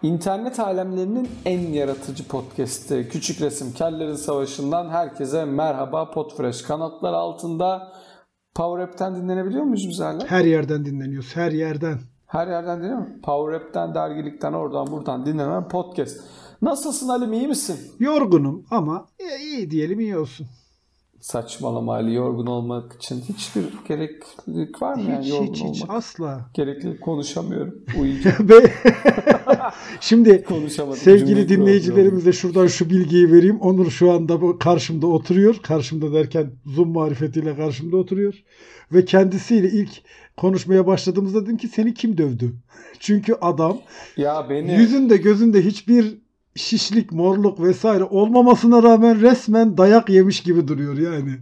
İnternet alemlerinin en yaratıcı podcast'i Küçük Resim Kellerin Savaşı'ndan herkese merhaba. Podfresh kanatlar altında. Power App'ten dinlenebiliyor muyuz biz hala? Her yerden dinleniyoruz. Her yerden. Her yerden dinleniyor mu? Power App'ten, dergilikten, oradan buradan dinlenen podcast. Nasılsın Halim, iyi misin? Yorgunum ama iyi diyelim, iyi olsun. Saçmalama Ali, yorgun olmak için hiçbir gereklilik var mı yani yorgun olmak? Hiç asla. Gereklilik konuşamıyorum. Uyuyacağım. Şimdi sevgili dinleyicilerimize şuradan şu bilgiyi vereyim. Onur şu anda karşımda oturuyor. Karşımda derken Zoom marifetiyle karşımda oturuyor. Ve kendisiyle ilk konuşmaya başladığımızda dedim ki seni kim dövdü? Çünkü adam yüzünde gözünde hiçbir şişlik, morluk vesaire olmamasına rağmen resmen dayak yemiş gibi duruyor yani.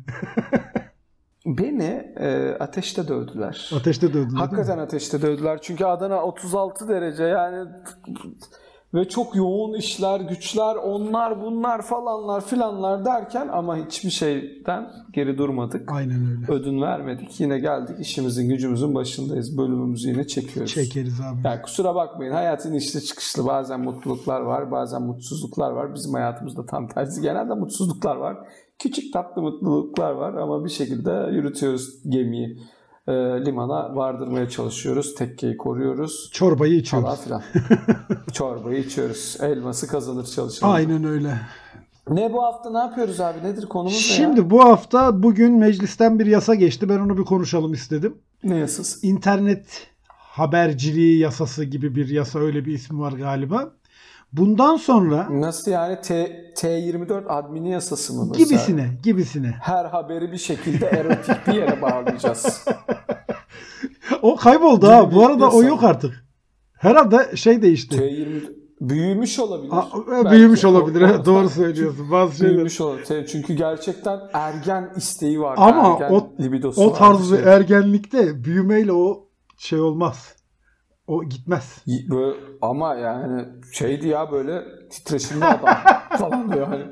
Beni ateşte dövdüler. Ateşte dövdüler. Hakikaten ateşte dövdüler. Çünkü Adana 36 derece yani ve çok yoğun işler, güçler, onlar bunlar falanlar filanlar derken ama hiçbir şeyden geri durmadık. Aynen öyle. Ödün vermedik. Yine geldik, işimizin gücümüzün başındayız. Bölümümüzü yine çekiyoruz. Çekeriz abi. Yani kusura bakmayın, hayatın işte çıkışlı, bazen mutluluklar var, bazen mutsuzluklar var. Bizim hayatımızda tam tersi, genelde mutsuzluklar var. Küçük tatlı mutluluklar var ama bir şekilde yürütüyoruz gemiyi. Limana vardırmaya çalışıyoruz. Tekkeyi koruyoruz. Çorbayı içiyoruz. Falan Çorbayı içiyoruz. Elması kazanır çalışalım. Aynen öyle. Ne bu hafta ne yapıyoruz abi? Nedir konumuz ne ya? Şimdi bu hafta bugün meclisten bir yasa geçti. Ben onu bir konuşalım istedim. Ne yasası? İnternet haberciliği yasası gibi bir yasa, öyle bir ismi var galiba. Bundan sonra... Nasıl yani? T24 admini yasası mı mesela? Gibisine. Her haberi bir şekilde erotik bir yere bağlayacağız. O kayboldu ha. Bu arada o yok artık. Herhalde şey değişti. T24 büyümüş olabilir. Büyümüş olabilir. Doğru söylüyorsun. Bazı şeyler. Büyümüş olabilir. Çünkü gerçekten ergen isteği var. Ama libidosu o tarz var. ergenlikte büyümeyle o şey olmaz. O gitmez. Böyle, ama yani şeydi ya, böyle titreşimli adam falan diyor hani.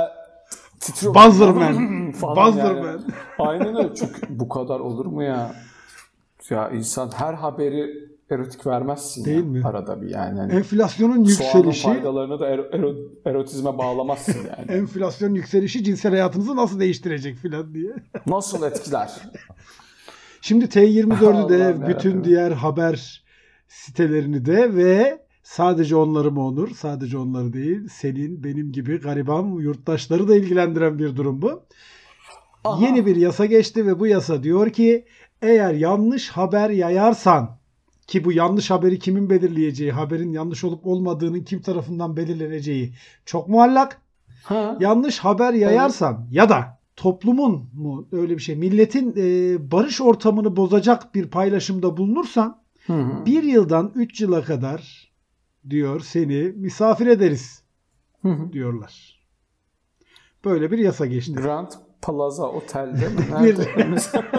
Buzzerman. Yani. Aynen öyle. Çünkü bu kadar olur mu ya? Ya insan her haberi erotik vermezsin değil ya. Mi? Arada bir yani. Hani enflasyonun yükselişi. Soğanın faydalarını da erotizme bağlamazsın yani. Enflasyonun yükselişi cinsel hayatınızı nasıl değiştirecek filan diye. Nasıl etkiler? Şimdi T24'ü de bütün diğer haber sitelerini de ve sadece onları mı Onur? Sadece onları değil. Senin, benim gibi gariban yurttaşları da ilgilendiren bir durum bu. Aha. Yeni bir yasa geçti ve bu yasa diyor ki eğer yanlış haber yayarsan, ki bu yanlış haberi kimin belirleyeceği, haberin yanlış olup olmadığının kim tarafından belirleneceği çok muallak. Yanlış haber yayarsan ya da toplumun mu öyle bir şey, milletin barış ortamını bozacak bir paylaşımda bulunursan 1 yıldan 3 yıla kadar diyor seni misafir ederiz diyorlar. Böyle bir yasa geçti. Grand Plaza Otel'de mi? Nerede?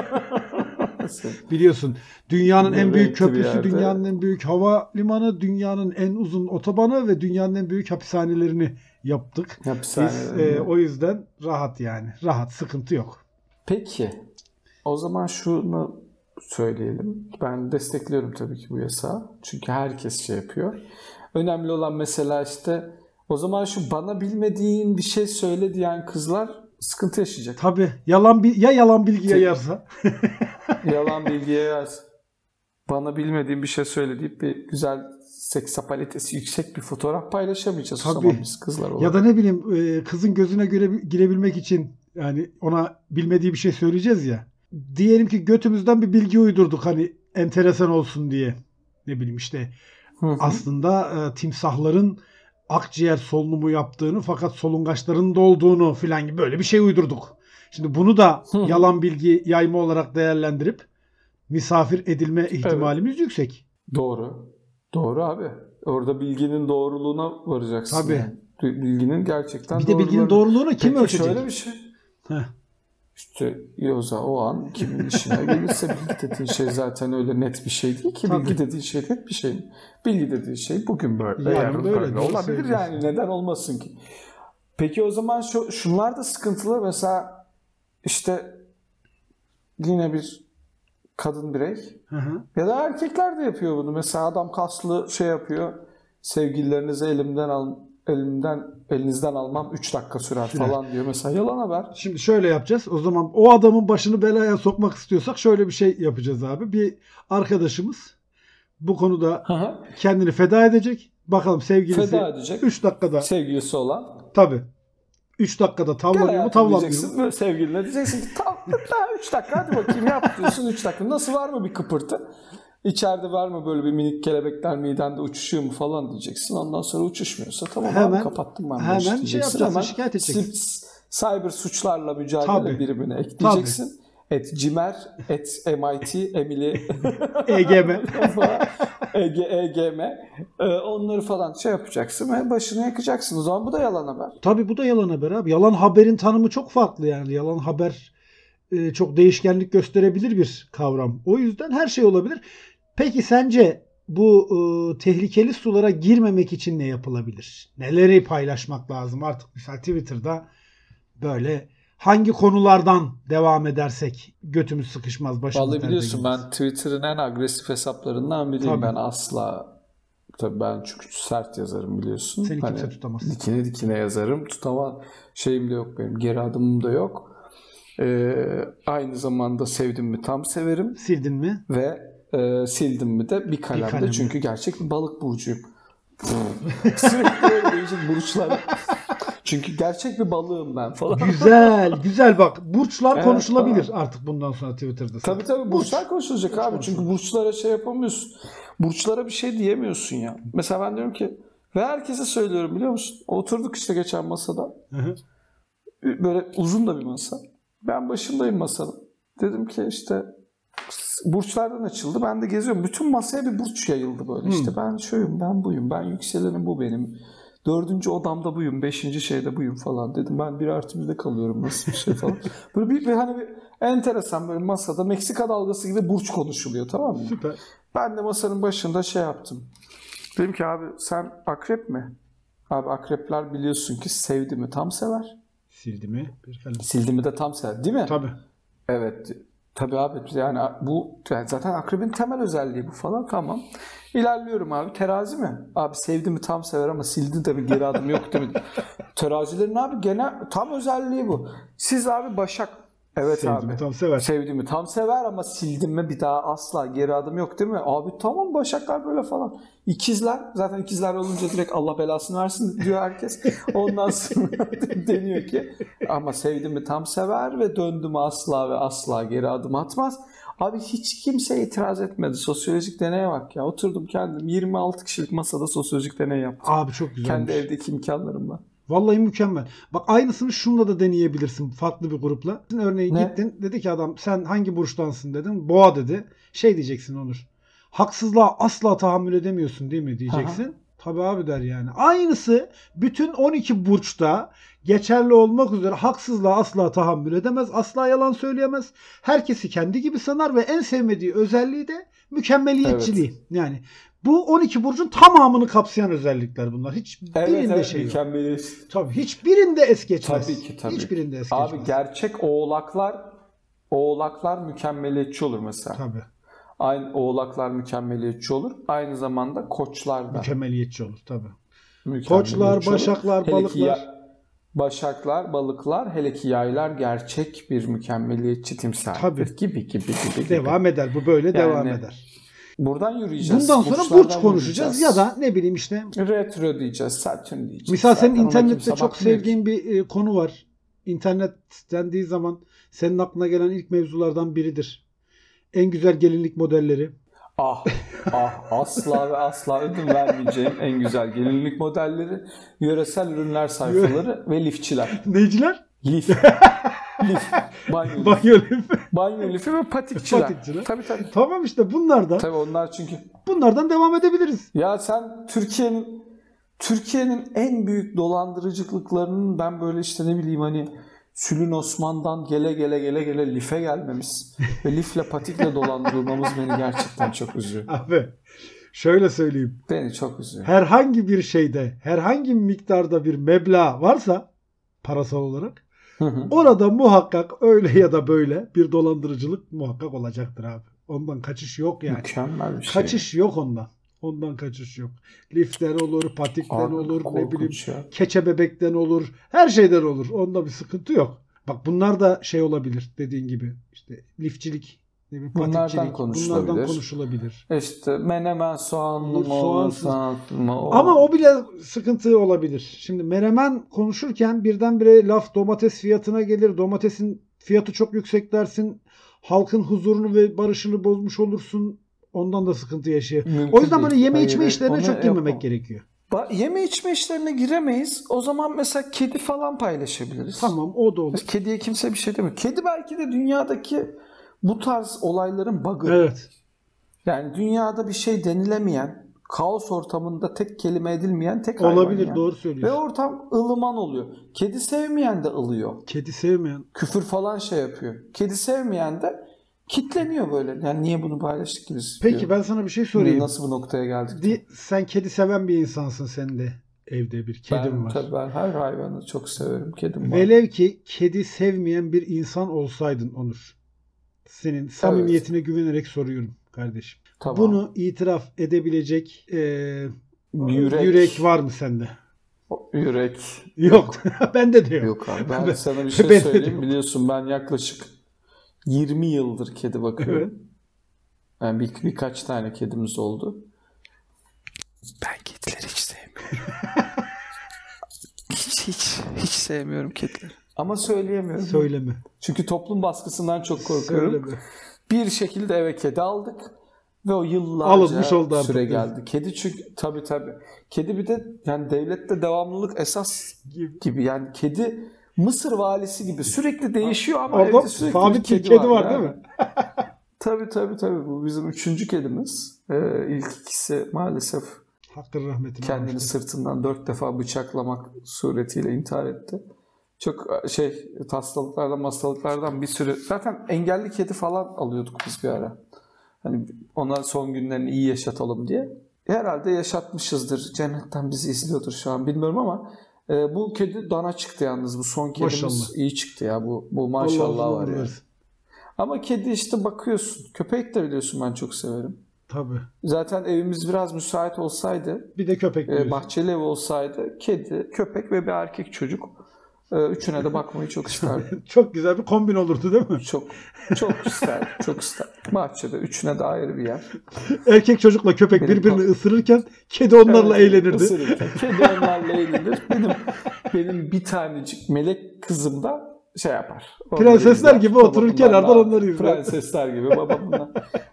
Biliyorsun dünyanın en büyük köprüsü, dünyanın en büyük havalimanı, dünyanın en uzun otobanı ve dünyanın en büyük hapishanelerini yaptık. Biz o yüzden rahat yani. Rahat, sıkıntı yok. Peki. O zaman şunu söyleyelim. Ben destekliyorum tabii ki bu yasağı. Çünkü herkes şey yapıyor. Önemli olan mesela işte o zaman şu bana bilmediğin bir şey söyle diyen kızlar sıkıntı yaşayacak. Tabii. Yalan bilgi yayarsa. Yalan bilgi yayarsa. Bana bilmediğin bir şey söyle deyip bir güzel seksapalitesi yüksek bir fotoğraf paylaşamayacağız. Tabii. O zaman biz kızlar olarak. Ya da ne bileyim kızın gözüne girebilmek için yani ona bilmediği bir şey söyleyeceğiz ya. Diyelim ki götümüzden bir bilgi uydurduk hani enteresan olsun diye. Ne bileyim işte aslında timsahların akciğer solunumu yaptığını fakat solungaçlarının da olduğunu filan gibi böyle bir şey uydurduk. Şimdi bunu da yalan bilgi yayma olarak değerlendirip misafir edilme ihtimalimiz yüksek. Doğru. Doğru abi. Orada bilginin doğruluğuna varacaksın. Tabii. Yani. Bilginin gerçekten bir de bilginin doğruluğunu kim ölçecek? Şöyle bir şey. İşte Yoza o an kimin işine gelirse bilgi dediğin şey zaten öyle net bir şey değil ki. Tabii. Bilgi dediğin şey net bir şey. Bilgi dediğin şey bugün böyle, yarın böyle olabilir yani. Neden olmasın ki? Peki o zaman şunlar da sıkıntılı. Mesela işte yine bir kadın birey ya da erkekler de yapıyor bunu. Mesela adam kaslı şey yapıyor. sevgililerinizi elinizden almam 3 dakika sürer falan diyor. Mesela yalan haber. Şimdi şöyle yapacağız. O zaman o adamın başını belaya sokmak istiyorsak şöyle bir şey yapacağız abi. Bir arkadaşımız bu konuda kendini feda edecek. Bakalım sevgilisi feda edecek. 3 dakikada sevgilisi olan. Tabii. 3 dakikada tavlanıyor mu tavlanmıyor mu? Böyle sevgiline diyeceksin ki daha 3 dakika hadi bakayım yap diyorsun 3 dakika. Nasıl, var mı bir kıpırtı? İçeride var mı böyle bir minik kelebekler midende uçuşuyor mu falan diyeceksin. Ondan sonra uçuşmuyorsa tamam hemen, abi kapattım ben. Hemen şey yapacaksın, şikayet edeceksin. Cyber suçlarla mücadele birimine ekleyeceksin. Cimer, MIT, Emily, EGM. EGM. Onları falan şey yapacaksın ve başını yakacaksın. O zaman bu da yalan haber. Tabii bu da yalan haber abi. Yalan haberin tanımı çok farklı yani. Yalan haber çok değişkenlik gösterebilir bir kavram. O yüzden her şey olabilir. Peki sence bu tehlikeli sulara girmemek için ne yapılabilir? Neleri paylaşmak lazım? Artık mesela Twitter'da böyle hangi konulardan devam edersek götümüz sıkışmaz, başımız vallahi biliyorsun ben Twitter'ın en agresif hesaplarından biriyim. Tabii. Ben asla, tabii ben çünkü sert yazarım biliyorsun. Seni kimse tutamaz. Dikine yazarım. Tutama şeyim de yok benim. Geri adımım da yok. Aynı zamanda sevdim mi tam severim. Sildin mi? Ve sildim mi de bir kalemde. Çünkü gerçek bir balık burcuyum. Sürekli böyle değişik burçlar. Çünkü gerçek bir balığım ben falan. Güzel bak. Burçlar konuşulabilir falan. Artık bundan sonra Twitter'da. Tabii burçlar konuşulacak abi. Çünkü burçlara şey yapamıyorsun. Burçlara bir şey diyemiyorsun ya. Mesela ben diyorum ki ve herkese söylüyorum biliyor musun? Oturduk işte geçen masada. Böyle uzun da bir masa. Ben başındayım masanın. Dedim ki işte burçlardan açıldı. Ben de geziyorum. Bütün masaya bir burç yayıldı böyle. İşte ben şuyum, ben buyum. Ben yükselenim bu benim. 4. odamda buyum. 5. şeyde buyum falan dedim. Ben 1+1'de kalıyorum. Nasıl bir şey falan. Böyle bir enteresan böyle masada Meksika dalgası gibi burç konuşuluyor, tamam mı? Süper. Ben de masanın başında şey yaptım. Dedim ki abi sen akrep mi? Abi akrepler biliyorsun ki sevdi mi tam sever. Sildi mi? Sildi mi de tam sever değil mi? Tabii. Evet. Tabii abi yani bu yani zaten akrebin temel özelliği bu falan, tamam. İlerliyorum abi. Terazi mi? Abi sevdi mi tam sever ama sildi de mi geri adım yok değil mi? Terazilerin abi gene tam özelliği bu. Siz abi Başak. Evet sevdi abi. Mi, tam sever. Sevdi mi tam sever ama sildim mi bir daha asla geri adım yok değil mi? Abi tamam Başaklar böyle falan. İkizler zaten ikizler olunca direkt Allah belasını versin diyor herkes. Ondan sonra deniyor ki ama sevdi mi tam sever ve döndü mü asla ve asla geri adım atmaz. Abi hiç kimse itiraz etmedi. Sosyolojik deneye bak ya. Oturdum kendim 26 kişilik masada sosyolojik deney yaptım. Abi çok güzelmiş. Kendi evdeki imkanlarımla. Vallahi mükemmel. Bak aynısını şunla da deneyebilirsin farklı bir grupla. Örneğin gittin dedi ki adam sen hangi burçtansın dedin. Boğa dedi. Şey diyeceksin Onur. Haksızlığa asla tahammül edemiyorsun değil mi diyeceksin. Aha. Tabii abi der yani. Aynısı bütün 12 burçta geçerli olmak üzere haksızlığa asla tahammül edemez. Asla yalan söyleyemez. Herkesi kendi gibi sanar ve en sevmediği özelliği de mükemmeliyetçiliği. Evet. Yani bu 12 burcun tamamını kapsayan özellikler bunlar. Hiçbirinde şey yok. Tabii hiçbirinde es geçmez. Tabii ki. Hiçbirinde es geçmez. Abi gerçek oğlaklar mükemmeliyetçi olur mesela. Tabii. Aynı oğlaklar mükemmeliyetçi olur. Aynı zamanda koçlar da mükemmeliyetçi olur tabii. Koçlar, başaklar, balıklar. Başaklar, balıklar, hele ki yaylar gerçek bir mükemmeliyetçi timsaldir. Gibi. Devam eder. Bu böyle devam eder. Buradan yürüyeceğiz. Bundan sonra burç konuşacağız ya da ne bileyim işte. Retro diyeceğiz, Satürn diyeceğiz. Mesela senin internette çok sevdiğin bir konu var. İnternet dendiği zaman senin aklına gelen ilk mevzulardan biridir. En güzel gelinlik modelleri. Asla ve asla ödün vermeyeceğim en güzel gelinlik modelleri, yöresel ürünler sayfaları ve lifçiler. Neyciler? Lif. Banyo lifi ve patikçiler. Tabii. Tamam işte bunlardan. Tabii onlar çünkü. Bunlardan devam edebiliriz. Ya sen Türkiye'nin en büyük dolandırıcılıklarının ben böyle işte ne bileyim hani Sülün Osman'dan gele life gelmemiz ve lifle patikle dolandırılmamız beni gerçekten çok üzüyor. Abi şöyle söyleyeyim. Beni çok üzüyor. Herhangi bir şeyde herhangi bir miktarda bir meblağ varsa parasal olarak orada muhakkak öyle ya da böyle bir dolandırıcılık muhakkak olacaktır abi. Ondan kaçış yok yani. Mükemmel bir şey. Kaçış yok ondan. Ondan kaçış yok. Liften olur, patikten Abi, olur, ne bileyim ya. keçe bebekten olur. Her şeyden olur. Onda bir sıkıntı yok. Bak bunlar da şey olabilir dediğin gibi. İşte lifçilik, ne bileyim, patikçilik. Bunlardan konuşulabilir. İşte menemen soğanlı mı olur, soğansız mı olur. Ama o bile sıkıntı olabilir. Şimdi menemen konuşurken birdenbire laf domates fiyatına gelir. Domatesin fiyatı çok yüksek dersin. Halkın huzurunu ve barışını bozmuş olursun. Ondan da sıkıntı yaşıyor. O yüzden böyle yeme içme işlerine çok girmemek gerekiyor. Yeme içme işlerine giremeyiz. O zaman mesela kedi falan paylaşabiliriz. Tamam, o da olur. Kediye kimse bir şey demiyor. Kedi belki de dünyadaki bu tarz olayların bug'ı. Evet. Yani dünyada bir şey denilemeyen, kaos ortamında tek kelime edilmeyen tek hayvan. Olabilir, yani. doğru söylüyorsun. Ve ortam ılıman oluyor. Kedi sevmeyen de ılıyor. Kedi sevmeyen. Küfür falan şey yapıyor. Kedi sevmeyen de kitleniyor böyle. Yani niye bunu paylaştık ki biz? Peki diyor. ben sana bir şey sorayım. Nasıl bu noktaya geldik? Sen kedi seven bir insansın, sen de. Evde bir kedim var. Tabii ben her hayvanı çok severim. Kedim var. Velev ki kedi sevmeyen bir insan olsaydın Onur. Senin samimiyetine güvenerek soruyorum kardeşim. Tamam. Bunu itiraf edebilecek yürek var mı sende? Yürek. Yok. Bende de yok. Yok abi. Ben sana bir şey söyleyeyim. Biliyorsun ben yaklaşık 20 yıldır kedi bakıyorum. Evet. Yani birkaç tane kedimiz oldu. Ben kedileri hiç sevmiyorum. hiç sevmiyorum kedileri. Ama söyleyemiyorum. Söyleme. Çünkü toplum baskısından çok korkuyorum. Söyleme. Bir şekilde eve kedi aldık ve o yıllarca süre geldi. Kedi çünkü tabii. Kedi bir de yani devlette devamlılık esas gibi. Yani kedi Mısır valisi gibi sürekli değişiyor ama orada evde sürekli sabit bir kedi var yani. Değil mi? Tabii. Bu bizim 3. kedimiz. İlk ikisi maalesef Hakkın rahmetine kendini sırtından 4 defa bıçaklamak suretiyle intihar etti. Çok hastalıklardan bir sürü. Zaten engelli kedi falan alıyorduk biz bir ara. Hani ona son günlerini iyi yaşatalım diye. Herhalde yaşatmışızdır. Cennetten bizi izliyordur şu an bilmiyorum ama bu kedi dana çıktı yalnız. Bu son kedimiz maşallah. İyi çıktı ya. Bu maşallah Allah var ya. Yani. Ama kedi işte bakıyorsun. Köpek de biliyorsun ben çok severim. Tabii. Zaten evimiz biraz müsait olsaydı. Bir de köpek bahçeli ev olsaydı. Kedi, köpek ve bir erkek çocuk. Üçüne de bakmayı çok isterdim. Çok güzel bir kombin olurdu değil mi? Çok isterdim. Bahçede üçüne de ayrı bir yer. Erkek çocukla köpek birbirini ısırırken kedi onlarla eğlenirdi. Kedi onlarla eğlenir. Benim bir tanecik melek kızım da şey yapar. Prensesler gibi oturur kenardan onları izler. Prensesler gibi babamla.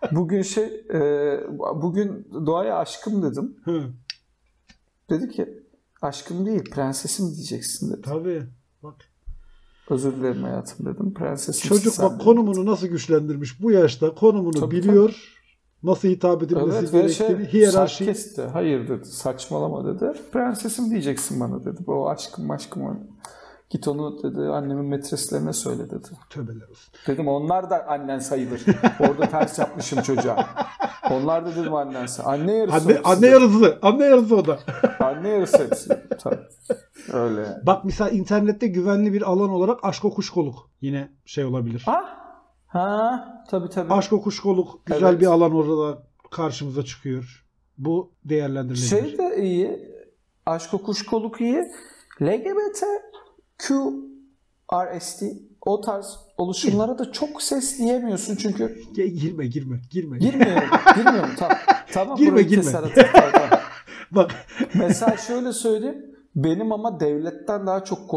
Bugün Doğa'ya aşkım dedim. Dedi ki aşkım değil prensesim diyeceksin dedi. Tabii. Bak. Özür dilerim hayatım dedim. Prensesim. Çocuk bak konumunu nasıl güçlendirmiş. Bu yaşta konumunu biliyor. Tabii. Nasıl hitap edilmesi gerektiğini. Hiyerarşi. Kesti. Hayır dedi. Saçmalama dedi. Prensesim diyeceksin bana dedi. O aşkım var. Git onu dedi annemin metreslerine söyle dedi. Tövbeler olsun. Dedim onlar da annen sayılır. Orada ters yapmışım çocuğa. Onlar da dedim annen sayılır. Anne yarısı o da. Anne yarısı hepsi. Tabii. Öyle. Bak mesela internette güvenli bir alan olarak Aşko-Kuşkoluk yine şey olabilir. Tabii. Aşko-Kuşkoluk güzel bir alan orada karşımıza çıkıyor. Bu değerlendirilebilir. Şey de iyi. Aşko-Kuşkoluk iyi. LGBT QRST o tarz oluşumlara da çok ses diyemiyorsun çünkü. Girme. Girmiyorum. Tamam. Girme. Bak. Mesela şöyle söyleyeyim. Benim ama devletten daha çok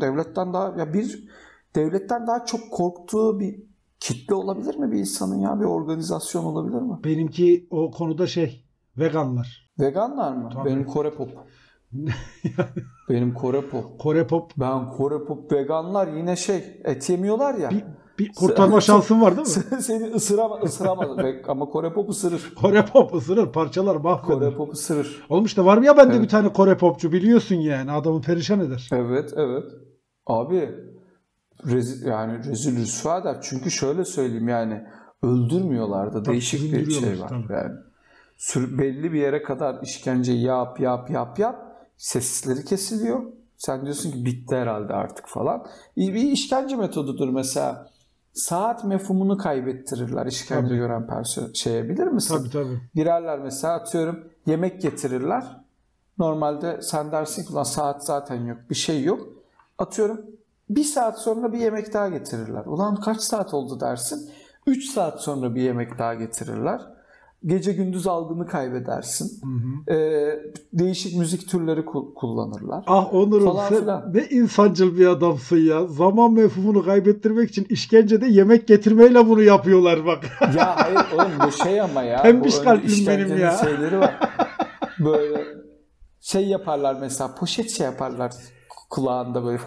korktuğu bir kitle olabilir mi bir insanın ya? Bir organizasyon olabilir mi? Benimki o konuda veganlar. Veganlar mı? Tabii. Benim Kore pop. Benim Kore pop. Ben Kore pop veganlar yine et yemiyorlar ya. Bir kurtarma şansın var değil mi? Seni ısıramaz ama Kore pop ısırır. Kore pop ısırır, parçalar mahvolur. Kore pop ısırır. Oğlum işte var mı ya bende bir tane Kore popçu biliyorsun yani adamı perişan eder. Evet. Abi rezil rüsva eder. Çünkü şöyle söyleyeyim yani öldürmüyorlar da değişik bir şey var. Tabii. Yani belli bir yere kadar işkence yap. Sesleri kesiliyor. Sen diyorsun ki bitti herhalde artık falan. Bir işkence metodudur mesela. saat mefhumunu kaybettirirler işkence gören şeye, bilir misin? Tabii. Girerler mesela, atıyorum yemek getirirler. Normalde sen dersin ki ulan saat zaten yok, bir şey yok. Atıyorum 1 saat sonra bir yemek daha getirirler. Ulan kaç saat oldu dersin. 3 saat sonra bir yemek daha getirirler. Gece gündüz algını kaybedersin. Değişik müzik türleri kullanırlar. Ah Onur'um, sen ne insancıl bir adamsın ya. Zaman mefhumunu kaybettirmek için işkencede yemek getirmeyle bunu yapıyorlar bak. Ya hayır oğlum, bu şey ama ya. Pembiş kalplim benim ya. Şeyleri var. Böyle şey yaparlar mesela, poşet şey yaparlar kulağında böyle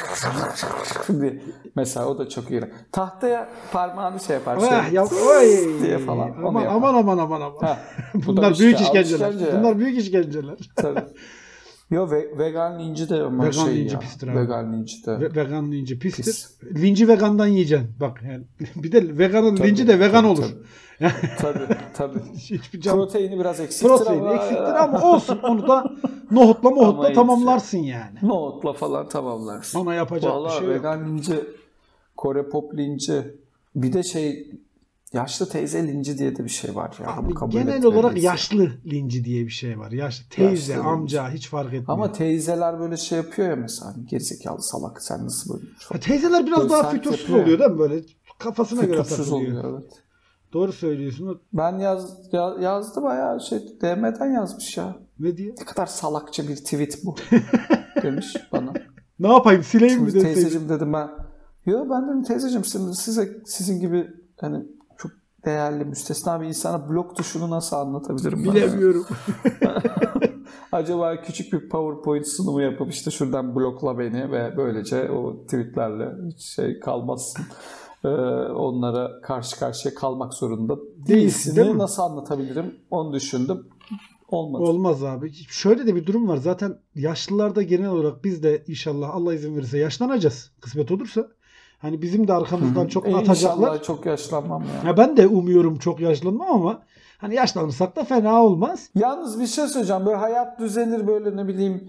mesela, o da çok iyi. Tahtaya parmağını şey yapar diye falan. Aman. Bunlar büyük işkenceler. Bunlar büyük işkenceler. Tabii. Yo, vegan linci de ama vegan şey linci ya. Pistir abi. Vegan linci de. Vegan linci pistir. Pis. Linci vegandan yiyeceksin. Bak yani bir de veganın linci de vegan olur. Tabii. Proteini biraz eksiktir ama olsun. Onu da nohutla tamamlarsın yani. Nohutla falan tamamlarsın. Ona yapacak bir şey yok. Vegan linci, Kore pop linci, bir de yaşlı teyze linci diye de bir şey var ya. Abi, genel olarak yaşlı linci diye bir şey var. Yaşlı teyze, yaşlı amca linci. Hiç fark etmiyor. Ama teyzeler böyle şey yapıyor ya mesela. Gerizekalı salak, sen nasıl böyle? Teyzeler biraz böyle daha fütursuz oluyor değil mi? Böyle kafasına göre takılıyor. Evet. Doğru söylüyorsun. Ben yazdı bayağı DM'den yazmış ya. Ne diye? Ne kadar salakça bir tweet bu demiş bana. Ne yapayım, sileyim mi deseydim? Teyzeciğim dedim ben. Ben dedim teyzeciğim, sizin gibi hani çok değerli, müstesna bir insana blok tuşunu nasıl anlatabilirim? Bilemiyorum. Acaba küçük bir PowerPoint sunumu yapıp şuradan blokla beni ve böylece o tweetlerle hiç kalmazsın. Onlara karşı karşıya kalmak zorunda değilsin. Değil mi? Nasıl anlatabilirim? Onu düşündüm. Olmaz abi. Şöyle de bir durum var. Zaten yaşlılarda genel olarak biz de inşallah Allah izin verirse yaşlanacağız. Kısmet olursa. Hani bizim de arkamızdan çok atacaklar. İnşallah çok yaşlanmam ya. Ya ben de umuyorum çok yaşlanmam ama hani yaşlanırsak da fena olmaz. Yalnız bir şey söyleyeceğim. Böyle hayat düzelir, böyle ne bileyim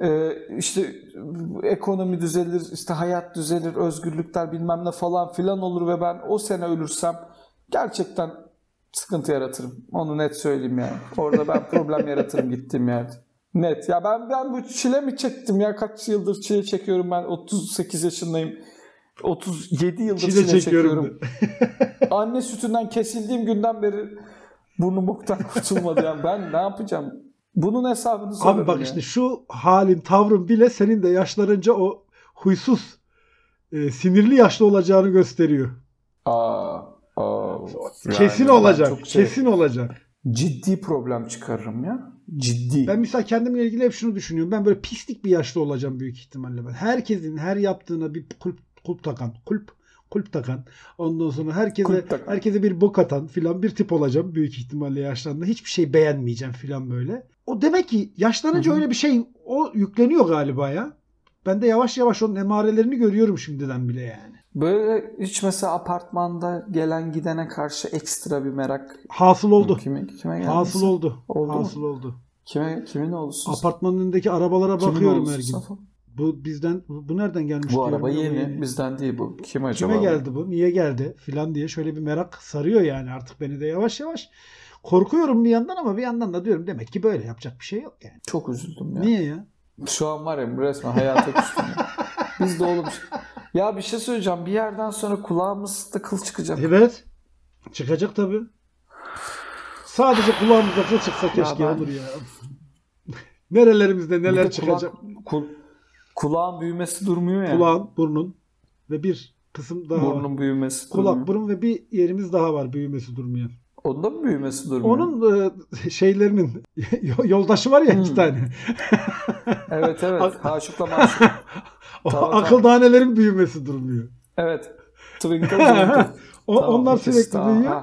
ekonomi düzelir, hayat düzelir, özgürlükler bilmem ne falan filan olur ve ben o sene ölürsem gerçekten sıkıntı yaratırım. Onu net söyleyeyim yani. Orada ben problem yaratırım gittiğim yerde. Net. Ya ben bu çile mi çektim ya? Kaç yıldır çile çekiyorum ben. 38 yaşındayım. 37 yıldır çile çekiyorum. Anne sütünden kesildiğim günden beri burnum boktan kurtulmadı yani. Ben ne yapacağım? Bunun hesabını sorarım. Abi bak ya. Şu halin, tavrın bile senin de yaşlarınca o huysuz, sinirli yaşlı olacağını gösteriyor. Kesin olacak. Kesin olacak. Ciddi problem çıkarırım ya. Ciddi. Ben mesela kendimle ilgili hep şunu düşünüyorum. Ben böyle pislik bir yaşlı olacağım büyük ihtimalle ben. Herkesin her yaptığına bir kulp takan. Ondan sonra herkese bir bok atan filan bir tip olacağım büyük ihtimalle yaşlandığımda. Hiçbir şey beğenmeyeceğim filan böyle. O demek ki yaşlanınca öyle bir şey o yükleniyor galiba ya. Ben de yavaş yavaş onun emarelerini görüyorum şimdiden bile yani. Böyle hiç mesela apartmanda gelen gidene karşı ekstra bir merak hasıl oldu. Kime geldi? Hasıl oldu. Kimin olsun? Apartmanın önündeki arabalara bakıyorum her gün. Bu nereden gelmiş? Bu araba yeni. Bizden değil bu. Kim acaba? Kime geldi bu? Niye geldi? Filan diye şöyle bir merak sarıyor yani artık beni de yavaş yavaş. Korkuyorum bir yandan ama bir yandan da diyorum demek ki böyle, yapacak bir şey yok yani. Çok üzüldüm ya. Niye ya? Şu an var ya resmen hayata küstüm. Biz de oğlum. Ya bir şey söyleyeceğim. Bir yerden sonra kulağımızda kıl çıkacak. Evet. Çıkacak tabii. Sadece kulağımızda kıl çıksa keşke olur ya. Nerelerimizde neler çıkacak. Kulağın büyümesi durmuyor ya. Kulağın, burnun ve bir kısım daha Burnun var. büyümesi durmuyor. Kulak, burun ve bir yerimiz daha var büyümesi durmuyor. Onda mı büyümesi durmuyor? Onun şeylerinin yoldaşı var ya 2 tane. Evet. Haşukla maşuk. Akıl danelerin büyümesi durmuyor. Evet. Twinkle. Onlar sürekli büyüyor.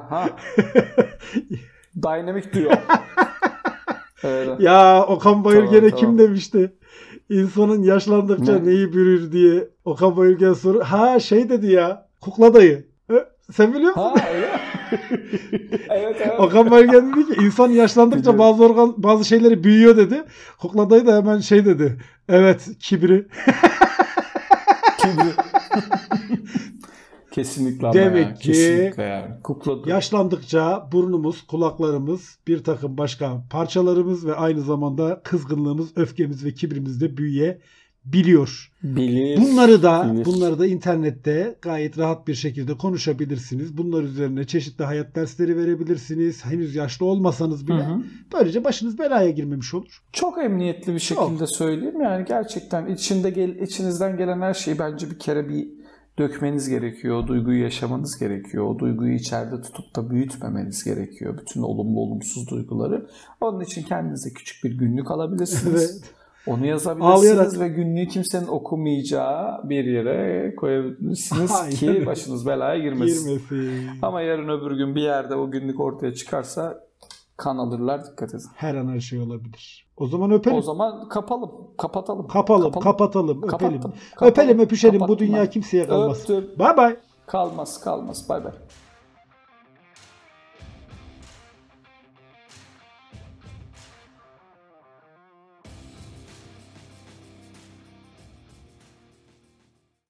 Dynamic diyor. Evet. Ya Okan Bayülgen'e kim demişti? İnsanın yaşlandıkça neyi bürür diye Okan Bayülgen soru. Şey dedi ya. Kukla dayı. Sen biliyor musun? Evet. Okan Bayülgen dedi ki insan yaşlandıkça bazı şeyleri büyüyor dedi. Kukla dayı da hemen dedi. Evet, kibri. Kesinlikle ama Demek ki kesinlikle yani. Kukla yaşlandıkça burnumuz, kulaklarımız, bir takım başka parçalarımız ve aynı zamanda kızgınlığımız, öfkemiz ve kibrimiz de büyüyebiliyor. Bunları da internette gayet rahat bir şekilde konuşabilirsiniz. Bunlar üzerine çeşitli hayat dersleri verebilirsiniz. Henüz yaşlı olmasanız bile böylece başınız belaya girmemiş olur. Çok emniyetli bir şekilde söyleyeyim. Yani gerçekten içinizden gelen her şeyi bence bir kere dökmeniz gerekiyor. O duyguyu yaşamanız gerekiyor. O duyguyu içeride tutup da büyütmemeniz gerekiyor. Bütün olumlu olumsuz duyguları. Onun için kendinize küçük bir günlük alabilirsiniz. Evet. Onu yazabilirsiniz ve günlüğü kimsenin okumayacağı bir yere koyabilirsiniz ki başınız belaya girmesin. Ama yarın öbür gün bir yerde o günlük ortaya çıkarsa kan alırlar, dikkat edin. Her an her şey olabilir. O zaman öpelim. O zaman kapatalım. Kapatalım. Öpelim, öpüşelim. Bu dünya kimseye kalmaz. Bye bye. Kalmaz. Bye bye.